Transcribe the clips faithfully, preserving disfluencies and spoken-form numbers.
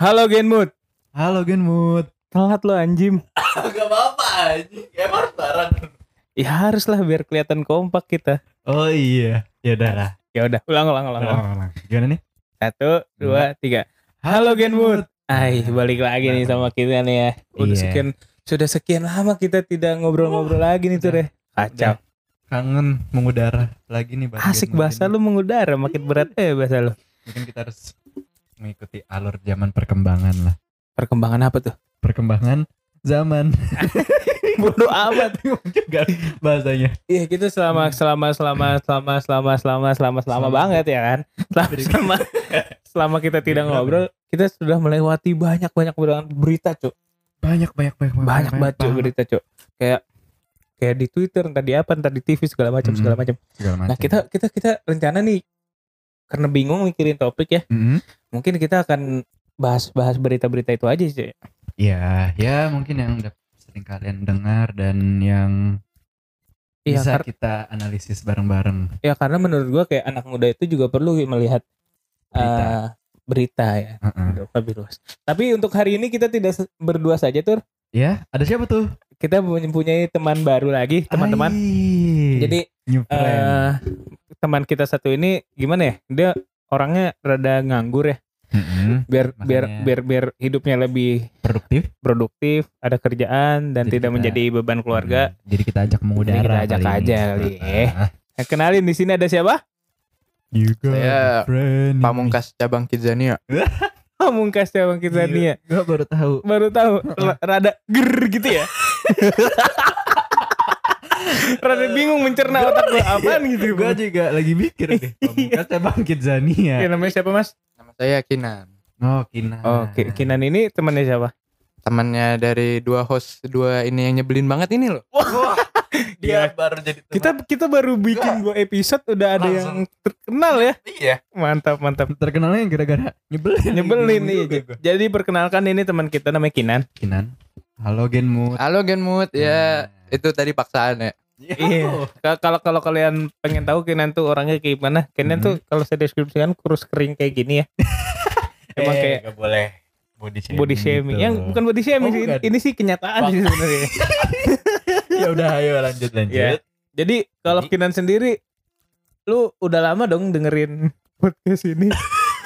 Halo Genmut. Halo Genmut. Telat lo anjim. Gak apa-apa anjing. Emang harus bareng. Ya harus lah biar kelihatan kompak kita. Oh iya. Ya udah lah. Ya udah, ulang ulang ulang. ulang. Ulang, ulang. Gimana nih? Satu, dua, tiga. Halo Genmut. Ay, balik lagi nih sama kita nih ya. Udah Iya. sekian sudah sekian lama kita tidak ngobrol-ngobrol lagi nih tuh deh. Kacau. Kangen mengudara lagi nih bareng Asik Genmut bahasa ini. lu mengudara, makin berat eh bahasa lu. Mungkin kita harus mengikuti alur zaman perkembangan lah. Perkembangan apa tuh? Perkembangan zaman. Bodoh amat. Juga bahasanya. Iya, kita selama selama selama selama selama selama selama selama banget ya kan. Selama selama, selama kita tidak ngobrol, kita sudah melewati banyak-banyak berita, Cuk. Banyak banyak banyak Banyak banget Cuk, berita, Cuk. Kayak kayak di Twitter, entah di apa, entah di T V segala macam Hmm. segala macam. segala macam. Nah, kita kita kita rencana nih karena bingung mikirin topik ya. Mm-hmm. Mungkin kita akan bahas-bahas berita-berita itu aja sih. Ya, ya mungkin yang udah sering kalian dengar dan yang Iya, bisa kar- kita analisis bareng-bareng. ya karena menurut gua kayak anak muda itu juga perlu melihat Berita. eh, berita ya. Heeh. Untuk lebih luas. Tapi untuk hari ini kita tidak se- berdua saja Tur. Ya, ada siapa tuh? Kita mempunyai teman baru lagi, teman-teman. Hai. Jadi new friend. eh teman kita satu ini gimana ya? Dia orangnya rada nganggur ya. Mm-mm. Biar biar Makanya- biar biar hidupnya lebih produktif produktif, ada kerjaan dan Jadi tidak kita- menjadi beban keluarga. Hmm, jadi kita ajak mengudara. Jadi kita ajak kali aja ini. kali, Ah, eh. ah. Nah, kenalin di sini ada siapa? You got Saya a friend in me. Pamungkas cabang Kidzania. Pamungkas Cabang kita nih ya. Gue baru tahu. Baru tahu l- rada ger gitu ya. Rada bingung mencerna otak gue apaan gitu. Gue juga lagi mikir deh. Pamungkas cabang Kidzania. Ya, namanya siapa Mas? Nama saya Kinan. Oh, Kinan. Oh, Ki- Kinan ini temannya siapa? Temannya dari dua host dua ini yang nyebelin banget ini loh. Dia baru jadi Kita kita baru bikin dua episode udah ada yang Langsung. terkenal ya. Iya. Mantap mantap. terkenalnya gara-gara nyebelin. Nyebelin nih. Juga gua. Jadi perkenalkan ini teman kita namanya Kinan. Kinan. Halo Genmut. Halo Genmut. Ya, itu tadi paksaan ya. Iya. Ka- Kalau kalau kalian pengen tahu Kinan tuh orangnya kayak gimana? Kinan Hmm. tuh kalau saya deskripsikan kurus kering kayak gini ya. Emang kayak gak boleh body shaming. body shaming. gitu. Yang bukan body shaming Oh, sih. bukan. Ini sih kenyataan sih sebenarnya. Ya udah ayo lanjut lanjut. Ya. Jadi kalau Jadi- Kinan sendiri lu udah lama dong dengerin podcast ini.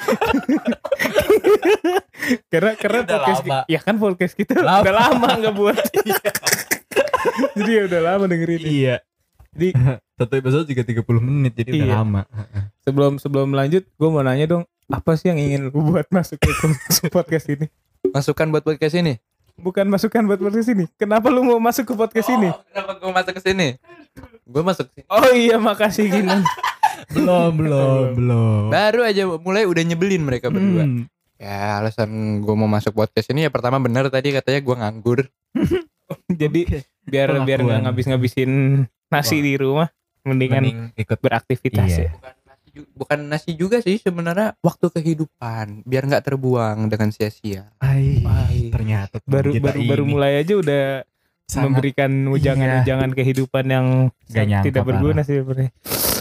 karena karena Udah podcast lama. ya kan podcast kita Lama. udah lama nggak buat. Jadi ya udah lama dengerin. Iya. Jadi Satu episode juga tiga puluh menit jadi udah Iya. lama. sebelum sebelum lanjut gue mau nanya dong, apa sih yang ingin lu buat masuk ke podcast ini? Masukan buat podcast ini. Bukan masukan buat podcast ini. Kenapa lu mau masuk ke podcast ini? Oh, kenapa gue masuk ke sini? Gue masuk sini. Oh iya, makasih Kinan. belum belum belum. Baru aja mulai udah nyebelin mereka berdua. Hmm. Ya, alasan gue mau masuk podcast ini ya pertama benar tadi katanya gue nganggur. Jadi Oke. biar biar nggak Pengakuan. ngabis-ngabisin nasi Wah. di rumah, mendingan Mending ikut. beraktivitas Iya. ya. Bukan nasi, ju- bukan nasi juga sih sebenarnya, waktu kehidupan biar nggak terbuang dengan sia-sia. Ai, Ai. ternyata teman Baru kita baru baru ini mulai aja udah sangat memberikan ujangan-ujangan kehidupan yang Gak nyangka tidak berguna sih sebenarnya.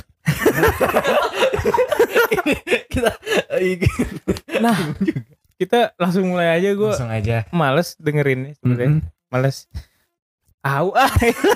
kita Nah, kita langsung mulai aja. Gue langsung aja. males dengerin sebenarnya. Mm-mm. Males. Au ah.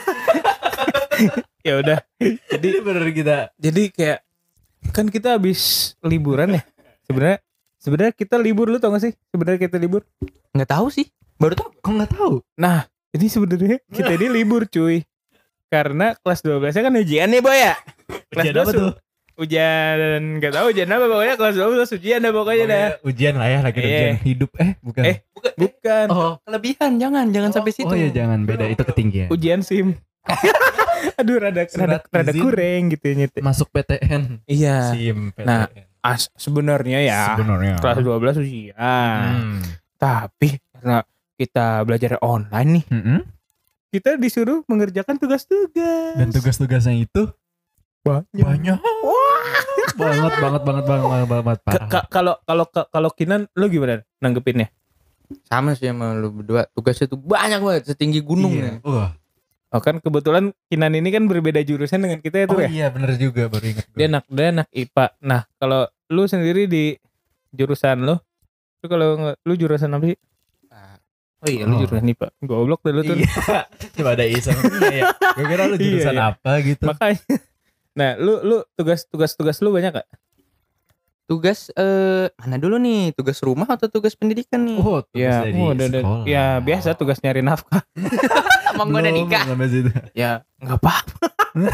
Ya udah. Jadi Jadi bener kita. jadi kayak kan kita habis liburan ya. Sebenarnya sebenarnya kita libur, lu tau gak sih? Sebenarnya kita libur. Nggak tahu sih, baru tahu. Kok nggak tahu? Nah, ini sebenarnya kita ini libur cuy. Karena kelas dua belas kan ujian nih boy ya. Kelas Ujian dua apa su- tuh? Ujian nggak tahu ujian apa, pokoknya kelas dua belas ujian dah pokoknya dah. Pokoknya ujian lah ya, lagi Iya. ujian hidup. Eh bukan. Eh, Bukan. oh. Kelebihan jangan, jangan sampai situ. Oh ya jangan beda, itu ketinggian. Ujian SIM. Aduh rada rada, Surat rada izin. kurang gitu nyet. Masuk P T N. Iya. SIM P T N. Nah, As sebenarnya ya sebenarnya. kelas dua belas ujian. Hmm. Tapi karena kita belajar online nih, Mm-mm. kita disuruh mengerjakan tugas-tugas. Dan tugas-tugasnya itu banyak. banyak. banget banget banget banget banget, banget Ka- parah. ka- Kalau kalau ka- kalau Kinan lu gimana nanggepinnya? Sama sih sama lu berdua, tugasnya tuh banyak banget, setinggi gunung Iya. ya. Wah. Oh kan kebetulan Kinan ini kan berbeda jurusan dengan kita itu Oh ya. iya bener juga, baru ingat gue. Dia anak dia anak I P A. Nah, kalau lu sendiri di jurusan lu Lu kalau nggak, lu jurusan apa sih? Oh iya, lu Oh. jurusan I P A. Goblok deh lu tuh. Iya. Coba ada iseng ya. Gue kira lu jurusan Iya, iya. apa gitu. Makanya. Nah, lu lu tugas tugas tugas lu banyak gak? Tugas eh mana dulu nih? Tugas rumah atau tugas pendidikan nih? Oh, tugas Ya, dari oh, udah, udah. sekolah. Ya biasa tugas nyari nafkah. Emang gua udah Belum nikah. sampai situ. Ya nggak apa-apa.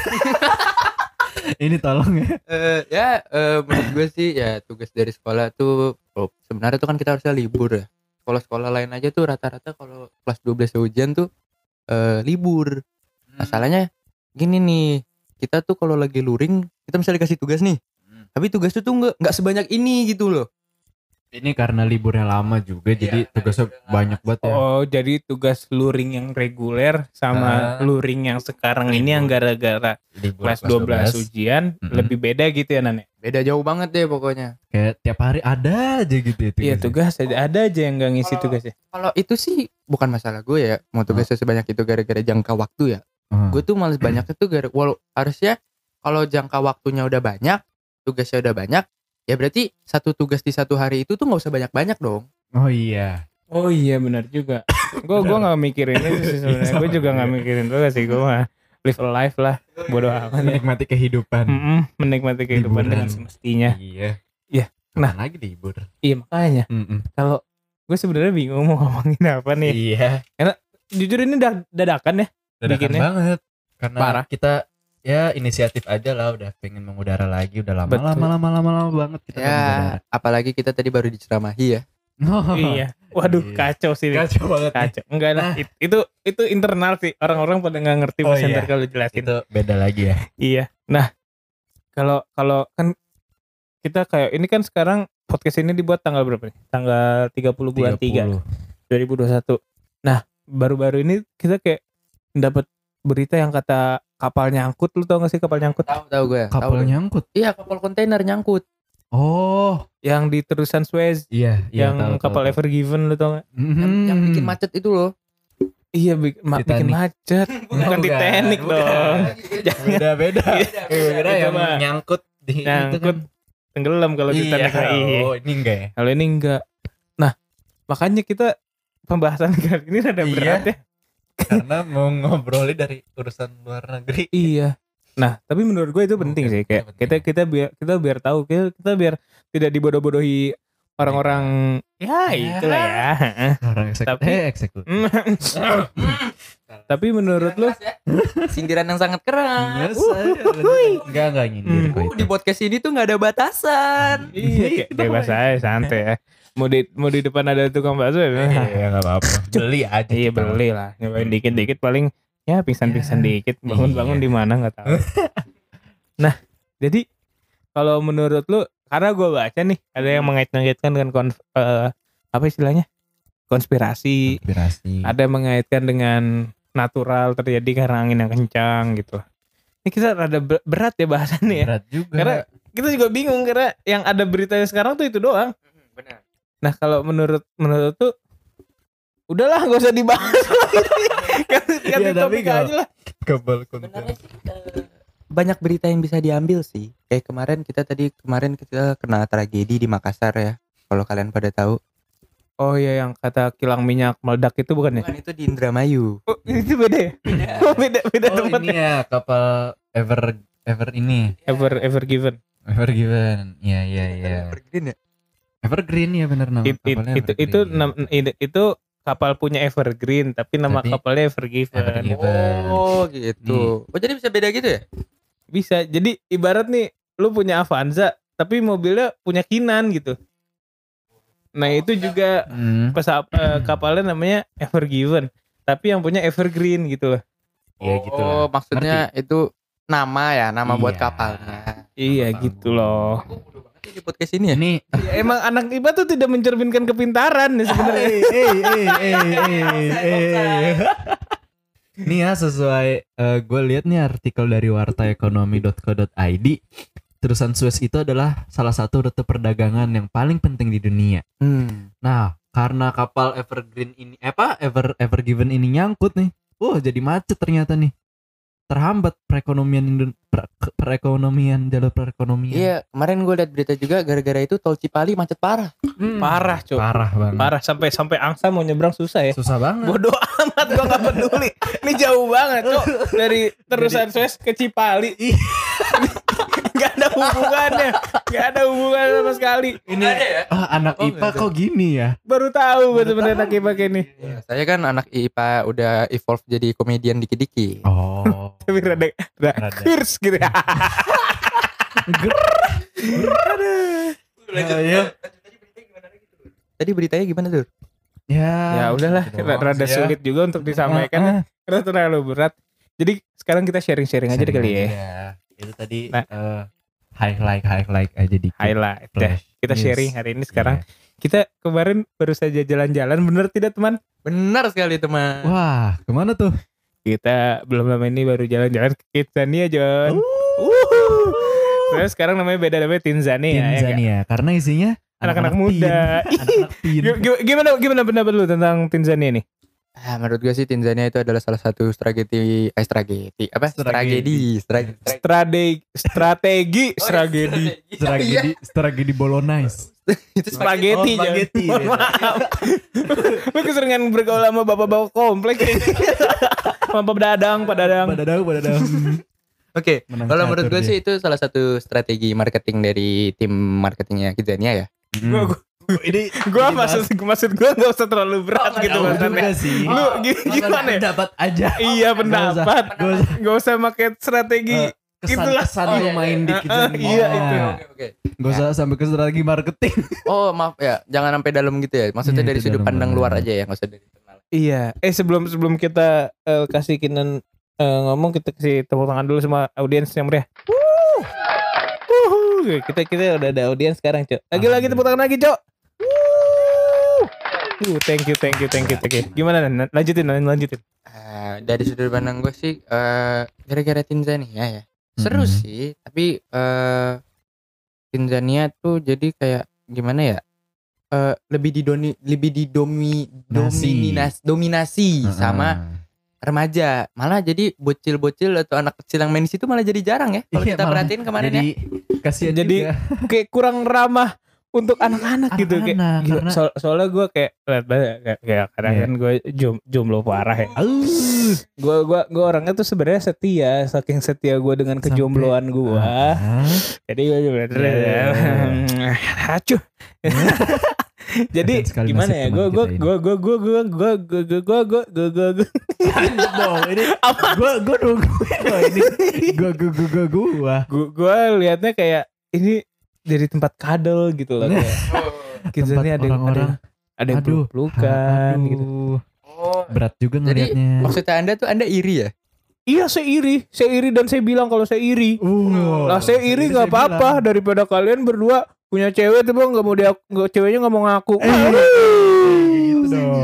Ini tolong ya. Eh ya eh, menurut gue sih ya tugas dari sekolah tuh oh, sebenarnya tuh kan kita harusnya libur ya. Sekolah-sekolah lain aja tuh rata-rata kalau kelas dua belas ujian tuh eh, libur. Masalahnya gini nih, kita tuh kalau lagi luring kita misalnya dikasih tugas nih, Hmm. tapi tugas itu tuh nggak nggak sebanyak ini gitu loh. Ini karena liburnya lama juga, jadi tugasnya banyak banget ya. Oh, jadi tugas luring yang reguler sama Ah. luring yang sekarang ini yang gara-gara Libur kelas dua belas ujian Mm-mm. lebih beda gitu ya Nane? Beda jauh banget deh pokoknya. Kayak tiap hari ada aja gitu ya. Iya, tugasnya. tugas ada, ada aja yang nggak ngisi Kalau- tugasnya. Kalau itu sih bukan masalah gue ya, mau tugasnya sebanyak itu gara-gara jangka waktu ya. Hmm. Gue tuh males banyaknya tuh gara walau harusnya kalau jangka waktunya udah banyak, tugasnya udah banyak, ya berarti satu tugas di satu hari itu tuh nggak usah banyak-banyak dong. Oh iya. Oh iya benar juga. Gue gue nggak mikirin itu sih sebenarnya. Iya, Gue sama juga gue. nggak mikirin tugas sih. Gue mah live a life lah. Bodoh amat. Menikmati kehidupan. Mm-mm, menikmati kehidupan Liburan. dengan semestinya. Iya. Iya. Nah. Kapan lagi libur. Iya makanya. Mm-mm. Kalau gue sebenarnya bingung mau ngomongin apa nih. Iya. Jujur ini dah- dadakan ya. Dadakan Bikinnya. banget. Karena Parah. kita ya inisiatif aja lah, udah pengen mengudara lagi, udah lama Betul. lama lama lama lama banget kita Ya, mengudara. apalagi kita tadi baru diceramahi ya. Oh, Iya. Waduh Iya. kacau sih. ini. Kacau banget nih. Kacau. Enggak lah. It- Itu itu internal sih. Orang-orang pada nggak ngerti Oh, Mas iya. Hendar kalau jelasin. Itu beda lagi ya. Iya. Nah, kalau kalau kan kita kayak ini kan sekarang podcast ini dibuat tanggal berapa nih? Tanggal tiga puluh bulan tiga dua ribu dua puluh satu. Nah, baru-baru ini kita kayak dapat berita yang kata kapal nyangkut. Lu tau gak sih kapal nyangkut? Tahu tahu gue. Tahu Kapal gue. nyangkut. Iya, kapal kontainer nyangkut. Oh, Yang di terusan Suez, iya, iya yang tahu, tahu, kapal tahu. Ever Given lu tau gak? Yang, yang bikin macet itu loh. Iya, bik- ma- bikin Titanic. macet. Bukan Titanic dong. Jangan Beda beda. Eh, beda Itu yang mah nyangkut di itu nyangkut kan. tenggelam kalau Iya, Titanic. Nah, iya. oh ini enggak ya? Kalau ini enggak. Nah, makanya kita pembahasan kali ini rada Iya. berat ya. Karena mau ngobrolin dari urusan luar negeri. Iya. Nah, tapi menurut gue itu penting Oke, sih itu kayak penting. kita kita biar kita biar tahu kita, kita biar tidak dibodoh-bodohi orang-orang ya Ya. itulah ya. Orang eksekutif. Tapi- Eh, eksekutif. Tapi menurut lu Sindiran yang sangat keras. Enggak enggak nyindir Hmm. kok Uh, itu. di podcast ini tuh nggak ada batasan. iya kayak bebas aja santai ya. Mau di mau di depan ada tukang bakso ya. Iya enggak apa-apa. Beli aja. Iya kita. beli lah. Nyobain dikit-dikit paling ya pingsan-pingsan Ya. dikit, bangun-bangun Iya. di mana nggak tahu. Nah, jadi kalau menurut lu karena gue baca nih ada yang mengait-ngaitkan dengan konf- eh, apa istilahnya? Konspirasi, Inspirasi. ada yang mengaitkan dengan natural terjadi karena angin yang kencang gitu. Ini kita rada ber- berat ya bahasannya ya. Berat juga. Karena kita juga bingung karena yang ada beritanya sekarang tuh itu doang. Benar. Nah kalau menurut menurut tuh udahlah gak usah dibahas ganti, ganti Iya, tapi topik kalau- aja lah. kebal Sebenarnya sih eh, banyak berita yang bisa diambil sih. Kayak kemarin kita tadi kemarin kita kena tragedi di Makassar ya. Kalau kalian pada tahu. Oh iya yang kata kilang minyak meledak itu bukan ya? Bukan itu di Indramayu. Oh, itu beda ya? Oh, beda beda Oh tempat ini ya kapal Ever Ever ini ever ever given. Ever Given. Iya iya iya. Evergreen ya? Evergreen ya benar nama It- it- kapalnya itu itu Evergreen. nam- itu- itu kapal punya Evergreen tapi nama Tapi kapalnya Evergiven. Evergiven. Oh gitu. Oh jadi bisa beda gitu ya? Bisa. Jadi ibarat nih lu punya Avanza tapi mobilnya punya Kinan gitu. Nah, itu juga Hmm. pesawat eh, kapalnya namanya Evergiven tapi yang punya Evergreen gitu loh. Iya gitu Oh lah. maksudnya itu nama ya, nama buat Iya. kapalnya. Iya Kapal gitu gua. loh. Aku bodoh banget sih di podcast ini ya. Ini Ya, emang anak I P A tuh tidak mencerminkan kepintaran nih sebenarnya. eh eh eh eh eh. Nih ya sesuai gue lihat nih artikel dari wartaekonomi dot co dot i d. Terusan Suez itu adalah salah satu rute perdagangan yang paling penting di dunia. Hmm. Nah, karena kapal Evergreen ini eh, apa Ever Evergiven ini nyangkut nih. Wah, jadi macet ternyata nih. terhambat perekonomian Indo- per- perekonomian jalur perekonomian. Iya, kemarin gue liat berita juga gara-gara itu tol Cipali macet parah. Hmm. Parah, Cok. Parah banget. Parah sampai sampai angsa mau nyebrang susah ya. Susah banget. Bodoh amat, gua gak peduli. Ini jauh banget, Cok. Dari terusan Suez ke Cipali. Gak ada hubungannya. Gak ada hubungan sama sekali. Ini ya? ah, anak Oh, I P A nggak ada. kok gini ya? Baru tahu gue Baru sebenarnya tahu. anak ipa ini. Ya, saya kan anak I P A udah evolve jadi komedian dikit-dikit. Oh. Tapi rada rada Rada. kurs gitu ya. Lanjut, Ayo. Tadi beritanya gimana tuh? Ya. Ya udahlah, gitu doang rada sih ya. sulit juga untuk disampaikan Ah, ah. karena terlalu berat. Jadi sekarang kita sharing-sharing aja deh kali ya. Iya. Itu tadi Nah. eh, highlight highlight aja dikit. Highlight dah. Flash Kita news. sharing hari ini sekarang. Iya. Kita kemarin baru saja jalan-jalan, bener tidak teman? Benar sekali teman. Wah, kemana tuh? Kita belum lama ini baru jalan-jalan ke Kidzania, John. Terus sekarang namanya beda, namanya Tinzania. ya nggak? Tanzania, karena isinya Anak-anak teen. muda. Anak-anak teen. G- Gimana gimana pendapat lu tentang Tinzania nih? Ah, menurut gue sih Tanzania itu adalah salah satu strategi, eh strategi apa? Strategi. Strategi. Strategi strategi strategi Strategi, strategi Bolognese. Itu spaghetti. Oh, spaghetti, John. beda. Maaf. Lu keseringan bergaul sama bapak-bapak komplek. Sama Pak Dadang, Pak Dadang. Pada daun, pada daun. Oke, Menang kalau menurut catur gue dia. sih itu salah satu strategi marketing dari tim marketingnya Tanzania ya. Gua gua, ini gua ini maksud maksud gua enggak usah terlalu berat bahas- gitu jauh maksudnya. juga sih. Lu gi- Makan gimana ya? pendapat aja. Iya pendapat. Gak usah, Gak usah pakai strategi. Eh, Itulah. kesan Oh, lu iya, main iya. di Ah, Kidzania. iya, itu. Oke, oke. Gak usah sampai ke strategi marketing. Oh, maaf ya, jangan sampai dalam gitu ya. Maksudnya Iya, dari itu sudut dalam pandang banget. luar aja ya, nggak usah dari internal. Iya. Eh sebelum sebelum kita eh, kasih Kinan eh, ngomong, kita kasih tepuk tangan dulu sama audiens yang meriah. Wuh. Wuhu. Kita kita udah ada audiens sekarang, Cok. Lagi-lagi tepuk tangan lagi, Cok. Wuh. Uh, thank you, thank you, thank you, thank you. Gimana? Nan? Lanjutin, Nan, lanjutin. Ah, dari sudut pandang gue sih, eh gara-gara Tanzania ya, seru Mhm. sih. Tapi eh Tanzania tuh jadi kayak gimana ya? Eh lebih didoni, lebih didomi, Nasi. dominas, dominasi sama remaja. Malah jadi bocil-bocil atau anak kecil yang main di situ malah jadi jarang ya. Kalau Iya, kita malah perhatiin kemarin jadi ya. kasihan Jadi juga. kayak kurang ramah untuk anak-anak gitu kayak Anak-anak, gila, karena- so- soalnya gue kayak liat banget kayak, kayak kadang Iya. kan gue jum, jomblo parah ya. Uh, Gue gua gua orangnya tuh sebenarnya setia, saking setia gue dengan Sampai- kejombloan gue. ah, Jadi gue juga Iya. acuh. Jadi Kasihan sekali gimana nasib ya? teman Gue gue kita ini. gue gue gue gue gue gue gue gue gue gue gue gue lanjut dong. Ini gua gua nungguin loh ini. Gua gua gua gua gua. gue gue liatnya kayak ini jadi tempat kadal gitu loh. Kayak kita Tempat ini ada yang- ada orang-orang. yang- ada yang Aduh, pelukan aduh. gitu. Oh, Berat juga jadi ngelihatnya. maksudnya Anda tuh Anda iri ya? Iya saya iri, saya iri dan saya bilang kalau saya iri. Uh, Lah saya iri nggak apa-apa daripada kalian berdua punya cewek tapi nggak mau dia nggak ceweknya nggak mau ngaku. Eh, gitu dong.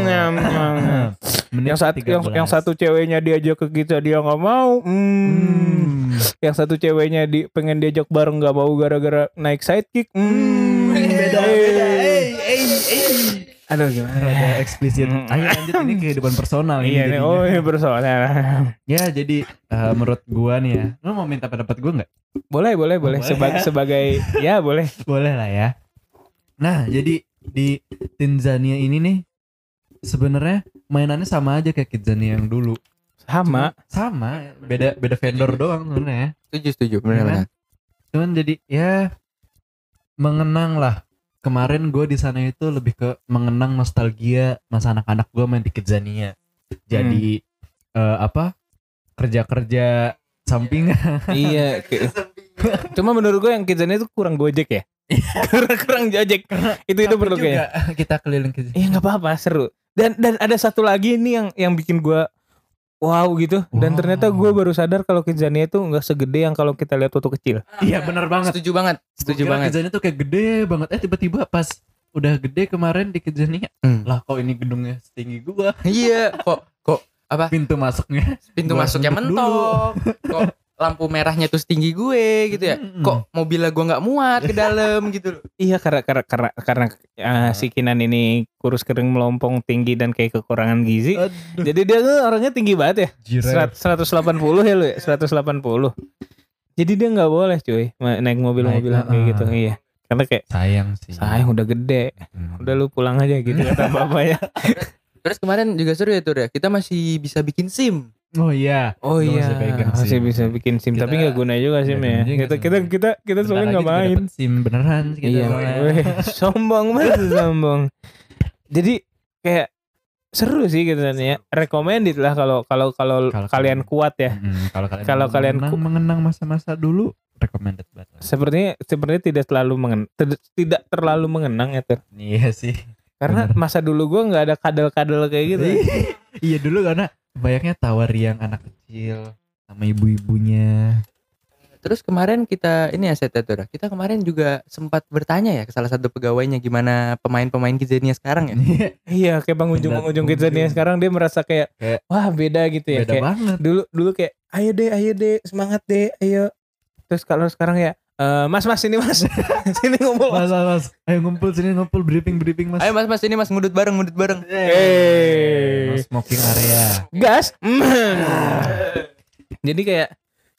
Menit yang satu yang, tiga belas. yang satu ceweknya diajak ke kita dia nggak mau. Hmm. Hmm. Yang satu ceweknya di pengen diajak bareng nggak mau gara-gara naik sidekick. Hmm. Beda beda. Eh, eh, eh. Aduh gimana? Rada eksplisit. Hmm. Ayo lanjut, ini kehidupan personal ini Iya nih, jadinya. oh ini persoalannya. Ya jadi eh, menurut gua nih ya, lu mau minta pendapat gua nggak? Boleh boleh boleh Boleh. sebagai sebagai ya boleh. Boleh lah ya. Nah jadi di Tanzania ini nih sebenarnya mainannya sama aja kayak Kidzania yang dulu. Sama. Sama, beda beda vendor doang sebenarnya. Setuju, setuju. Iya kan? Benar-benar. Cuman jadi ya mengenang lah. Kemarin gue di sana itu lebih ke mengenang nostalgia masa anak-anak gue main di Kidzania. Jadi eh, apa kerja-kerja sampingan. Iya. kayak- Cuma menurut gue yang Kidzania itu kurang gojek ya. kurang kurang gojek. Itu itu perlu juga kayaknya. kita keliling ke Iya nggak apa-apa seru. Dan dan ada satu lagi nih yang yang bikin gue wow gitu. Dan Wow. ternyata gue baru sadar kalau Kidzania itu nggak segede yang kalau kita lihat waktu kecil. Iya benar banget. Setuju banget. Setuju Gua kira banget. Kidzania tuh kayak gede banget. Eh tiba-tiba pas udah gede kemarin di Kidzania, Hmm. lah kok ini gedungnya setinggi gua. Iya, kok kok apa? Pintu masuknya Pintu Gua masuknya sudut dulu. mentok. Kok lampu merahnya tuh setinggi gue gitu ya. Hmm. Kok mobilnya gue nggak muat ke dalam gitu loh. Iya karena karena karena, karena uh, si Kinan ini kurus kering melompong tinggi dan kayak kekurangan gizi. Aduh. Jadi dia tuh orangnya tinggi banget ya. Giraffe. seratus delapan puluh ya lu ya, seratus delapan puluh. Jadi dia nggak boleh cuy ma- naik mobil-mobilan Naik, kayak uh. gitu. Iya. Karena kayak Sayang sih. sayang udah gede. Hmm. Udah lu pulang aja gitu kata bapaknya. Terus kemarin juga seru ya Tur ya. Kita masih bisa bikin SIM. Oh iya. Oh Gua iya, masih pegang masih SIM. bisa bikin SIM Kita- tapi nggak guna juga SIM nggak ya. guna juga Kita SIM. kita kita kita Bentar soalnya lagi nggak juga main. dapet SIM beneran kita Iya, soalnya. weh, sombong banget sombong. Jadi kayak seru sih gitu kan ya. Recommended lah kalau kalau kalau Kalau kalian kalian- kuat ya. Mm-mm, Kalau kalian Kalau mau kalian mengenang, ku- mengenang masa-masa dulu recommended banget. Sepertinya sepertinya tidak terlalu mengen tidak, tidak terlalu mengenang ya Ter. Iya sih. Karena Bener. masa dulu gua nggak ada kadal-kadal kayak gitu. Iya dulu karena banyaknya tawar yang anak kecil sama ibu-ibunya. Terus kemarin kita ini ya Seta Tur. Kita kemarin juga sempat bertanya ya ke salah satu pegawainya gimana pemain-pemain Kidzania sekarang ya. Iya, kayak pengunjung-pengunjung Kidzania sekarang dia merasa kayak, Kayak- wah beda gitu ya. Beda Kayak banget. dulu dulu kayak ayo deh ayo deh semangat deh ayo. Terus kalau sekarang ya eh, mas mas ini mas sini ngumpul mas. Mas, mas, mas, ayo ngumpul sini ngumpul briefing briefing mas. Ayo mas mas ini mas ngudut bareng ngudut bareng. Eh, Mas smoking area. gas. Jadi kayak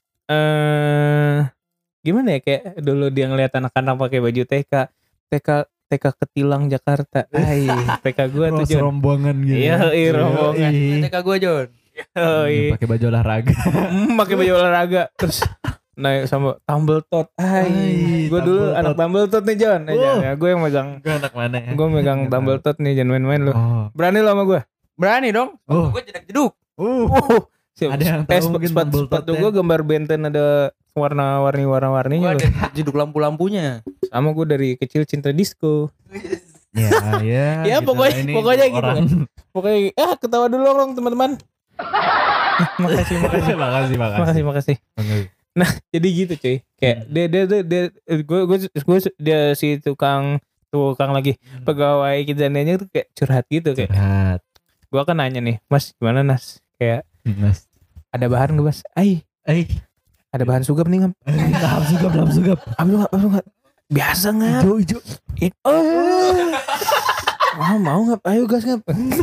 eh gimana ya kayak dulu dia ngeliat anak-anak pakai baju T K T K T K Ketilang Jakarta. Ai, T K gua tuh Oh, Jon. rombongan gitu. Iya, iya, rombongan. Iya. T K gue Jon. Oh, iya. Pakai baju olahraga. Hmm, pakai baju olahraga terus naik sama tumble tot. Hai, Hai, gue dulu tumble anak tot. tumble tot nih Jon. Eh, Oh. Jon, ya, gue yang megang, Gue anak mana ya? gue megang tumble tot nih, jangan main-main lu. Oh. Berani lo sama gue? Berani dong. Oh. Gue jedak jeduk. Uh. Uh, Ada yang tahu eh, sep- mungkin sepatu, tumble tot sepatu ya. gue gambar benten ada warna-warni Gue warna-warninya. ada loh. jeduk lampu-lampunya. Sama gue dari kecil cinta disco. Ya, ya. Ya, gitu pokoknya- lah ini pokoknya gitu orang. Pokoknya, ah ketawa dulu dong teman-teman. makasih, makasih, makasih, makasih. makasih, makasih. Jadi gitu cuy. Kayak dia dia dia, dia gue gue gue dia si tukang tukang lagi pegawai Kidzania tuh kayak curhat gitu kayak. Curhat. Gue kan nanya nih, Mas gimana Nas? Kayak Mas. ada bahan gak Mas? Ai, Eh, ada bahan sugap nih ngap. dalam sugap, dalam sugap. Ambil nggak? Ambil nggak? Biasa ngap. Hijau, hijau. It, oh. Wah, mau ngap? Ayo gas ngap.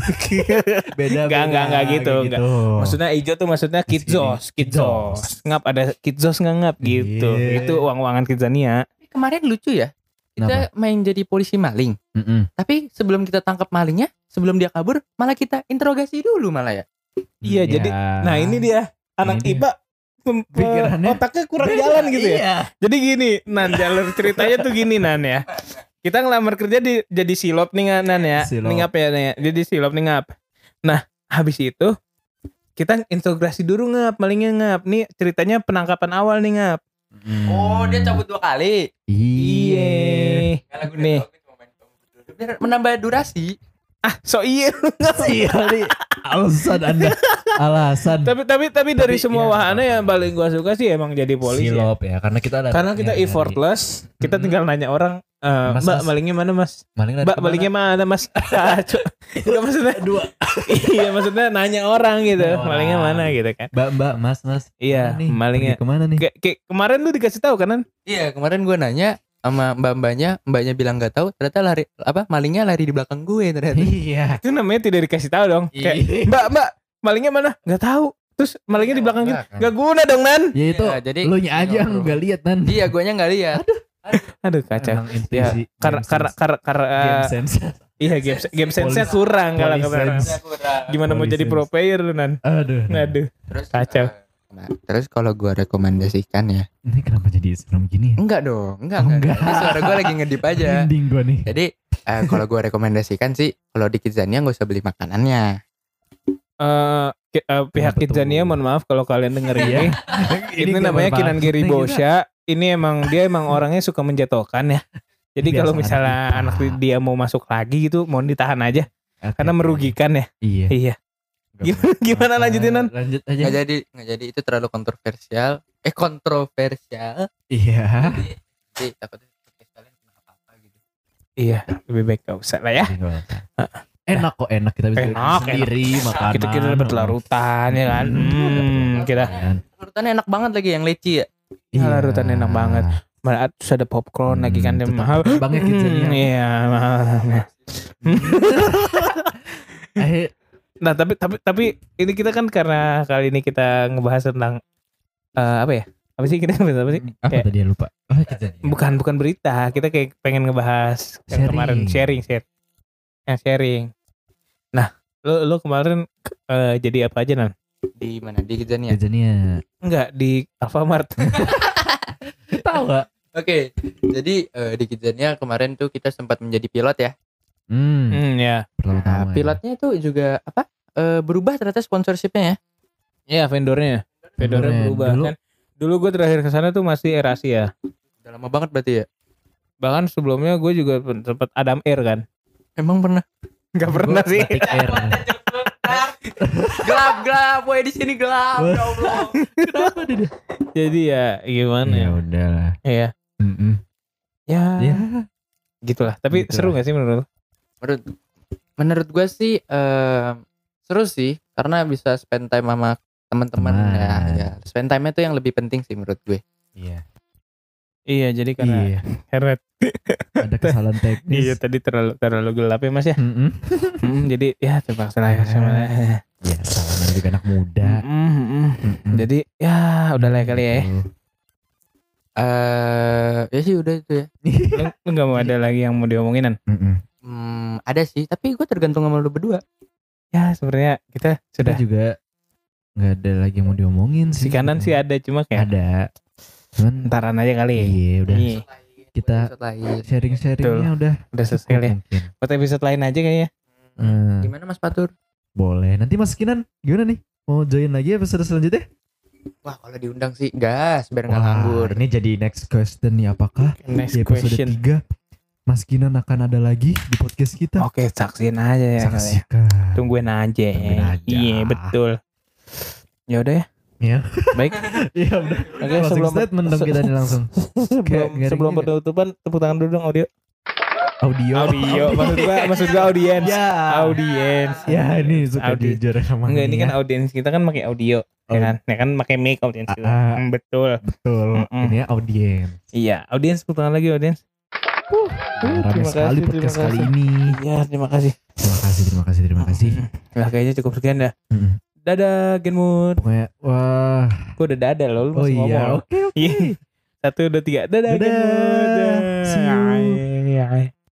Beda, Enggak, enggak, enggak gitu, kayak enggak. Maksudnya hijau tuh maksudnya kidzos, kidzos. Ngap ada kidzos nggak ngap gitu. Iya. Itu uang-uangan Kidzania. Kemarin lucu ya. Kita main jadi polisi maling. Mm-mm. Tapi sebelum kita tangkap malingnya, sebelum dia kabur, malah kita interogasi dulu malah ya. Iya, jadi nah ini dia anak Ini dia. I P A pem- Pikirannya otaknya kurang jalan gitu ya. Iya. Jadi gini, Nan jalur ceritanya tuh gini Nan ya. Kita ngelamar kerja di jadi silop nih Nan ya. Silop. Nih ngap ya nih. Jadi silop nih ngap. Nah, habis itu kita integrasi dulu ngap, malingnya ngap. Nih ceritanya penangkapan awal nih ngap. Hmm. Oh, dia cabut dua kali. Iya. Karena gue Nih. udah tahu gue cuma main cabut dulu. Biar menambah durasi. Ah, so iya. Iya nih. Alasan Anda. Alasan. tapi tapi tapi dari Tapi, semua iya. wahana yang paling gua suka sih emang jadi polisi. ya. Silop ya, karena kita ada Karena kita nyari-nyari. effortless, kita Mm-mm. tinggal nanya orang, eh, Mas, Mbak mas. malingnya mana Mas? Maling lari Mbak kemana? malingnya mana Mas? Kacau. Enggak maksudnya Dua. iya maksudnya nanya orang gitu, Nanya orang. malingnya mana gitu kan? Mbak, mbak, mas, mas. Iya, Kemana nih? malingnya. Pergi kemana nih? Kayak, kayak kemarin lu dikasih tahu kan? Nan? Iya, kemarin gue nanya sama mbak-mbaknya, mbaknya bilang nggak tahu, ternyata lari apa malingnya lari di belakang gue ternyata. Iya. Itu namanya tidak dikasih tahu dong. Kayak Iya. Mbak Mbak malingnya mana? Nggak tahu. Terus malingnya di belakang kita. Belakang. Nggak guna dong Nan. Ya itu, Iya, jadi lu nya aja ngobrol. nggak lihat nan. Iya, guanya nggak lihat. Aduh kacau. Emang Ya, intuisi. karena game karena sense. karena karena Game eh, sense. iya game game sense-nya Polis- kurang kalau polis kemarin. sense. Gimana mau jadi pro player lu Nan? Aduh. Aduh. Terus Kacau. eh, nah, terus kalau gue rekomendasikan ya, Ini kenapa jadi serem gini ya? enggak dong, enggak, Oh, enggak. enggak. Ini suara gue lagi ngedip aja. Mending gua nih. Jadi eh, kalau gue rekomendasikan sih, kalau di Kidzania nggak usah beli makanannya. Eh, ki- eh, pihak Kenapa tuh? Kidzania mohon maaf kalau kalian denger ini. ini nggak namanya bermaksud Kinan Giri nih, kita. Bosya. Ini emang dia emang orangnya suka menjatuhkan ya. Jadi Biasa kalau anak misalnya I P A. anak dia mau masuk lagi gitu, mohon ditahan aja Oke, karena oke. merugikan ya. Iya. Iya. Nggak Gimana- apa-apa. gimana lanjutin, Nan? Lanjut aja. Nggak jadi, nggak jadi itu terlalu kontroversial. Eh kontroversial. Iya. Jadi takutnya podcast kalian kena apa-apa gitu. Iya, lebih baik gak usah lah ya. Jadi nggak apa-apa. Enak kok, enak kita bisa bikin Enak, sendiri makanan. Kita kita dapat larutan ya kan. Hmm, kita Larutannya enak banget lagi yang leci ya. Iya, larutan enak banget. Malah terus ada popcorn lagi kan yang mahal. Bangnya Kidzania. Iya, mahal. Eh, Nah, tapi tapi tapi ini kita kan karena kali ini kita ngebahas tentang eh, apa ya? Apa sih kita ngebahas apa sih? apa Kayak- tadi ya lupa? Oh, Kidzania. Bukan bukan berita, kita kayak pengen ngebahas yang Sharing. kemarin sharing share. Yang sharing. Nah, lu lu kemarin eh, jadi apa aja Nan? Di mana? Di Kidzania. Kidzania. Enggak di Alfamart. Tahu gak? Oke, jadi eh, di Kidzania kemarin tuh kita sempat menjadi pilot ya. Hmm, Hmm, ya. pertama-tama Nah, ya. pilotnya tuh juga apa? Eh, berubah ternyata sponsorshipnya ya. Iya, vendornya. Vendornya Keren. berubah Dulu- kan. Dulu gue terakhir ke sana tuh masih AirAsia. Udah lama banget berarti ya. Bahkan sebelumnya gue juga sempat Adam Air kan. Emang pernah? Enggak pernah Gua sih. Batik Air. gelap gelap, boy di sini gelap. Ya Allah. Jadi ya gimana Ya ya? udahlah. Iya. Mm-mm. Ya, Ya. gitulah. Tapi Gitulah. seru gak sih menurut lu? Menurut menurut gue sih eh, seru sih karena bisa spend time sama teman-teman Teman. ya, ya. Spend time-nya tuh yang lebih penting sih menurut gue. Iya. Iya, jadi karena Iya. karena Ada kesalahan teknis. iya tadi terlalu terlalu gelap ya Mas ya. Mm-mm. Mm, jadi ya terpaksa lah ya sama. Ya, salah namanya juga anak muda. Mm, mm, mm. Mm-mm. Jadi ya udah lah kali ya. Gitu. Eh ya sih udah itu ya. Lu, lu gak mau ada lagi yang mau diomongin Nan? Mm-mm. Hmm, ada sih, tapi gue tergantung sama lu berdua. Ya sebenarnya kita Kita sudah juga nggak ada lagi yang mau diomongin si sih. kanan sih ada cuma kayak Ada. Cuman entaran aja kali. iya udah Iya. Kita Episode lain. sharing-sharingnya udah Udah selesai cukup ya. mungkin. Buat episode lain aja kayaknya. Hmm. Gimana Mas Patur? Boleh. Nanti Mas Kinan gimana nih? Mau join lagi episode selanjutnya? Wah kalau diundang sih gas biar nggak Wah, nganggur. ini jadi next question nih, apakah Next di episode question. tiga Mas Kinan akan ada lagi di podcast kita? Oke, saksiin aja ya. kali ya. Saksikan. Tungguin aja. Tungguin aja. Iya, betul. Ya udah ya. Ya. Baik. Iya udah. Oke, Closing sebelum statement dong kita nih langsung. sebelum, Kayak garing sebelum juga. penutupan tepuk tangan dulu dong audio. Audio. Audio. Maksud gua maksud gua audiens. Ya. Audiens. Ya ini suka Audi. jujur sama Enggak, ini ya. kan audiens kita kan pakai audio, ya Oh. kan? Ya kan pakai mic audiens kita. Ah, ah. Hmm, betul. Betul. Mm-mm. Ini ya audiens. Iya, audiens tepuk tangan lagi audiens. Rame terima sekali kasih, podcast terima kali kasih. ini. Iya, terima kasih. Terima kasih, terima kasih, terima kasih. Nah, kayaknya cukup sekian dah. Mm-mm. Dadah, Genmood. Pokoknya wah. Gua udah dadah loh, lu Oh masih iya, ngomong. oke oke. Iya. Satu, dua, tiga. Dadah, Dadah. Genmood. See you. Ay, ay.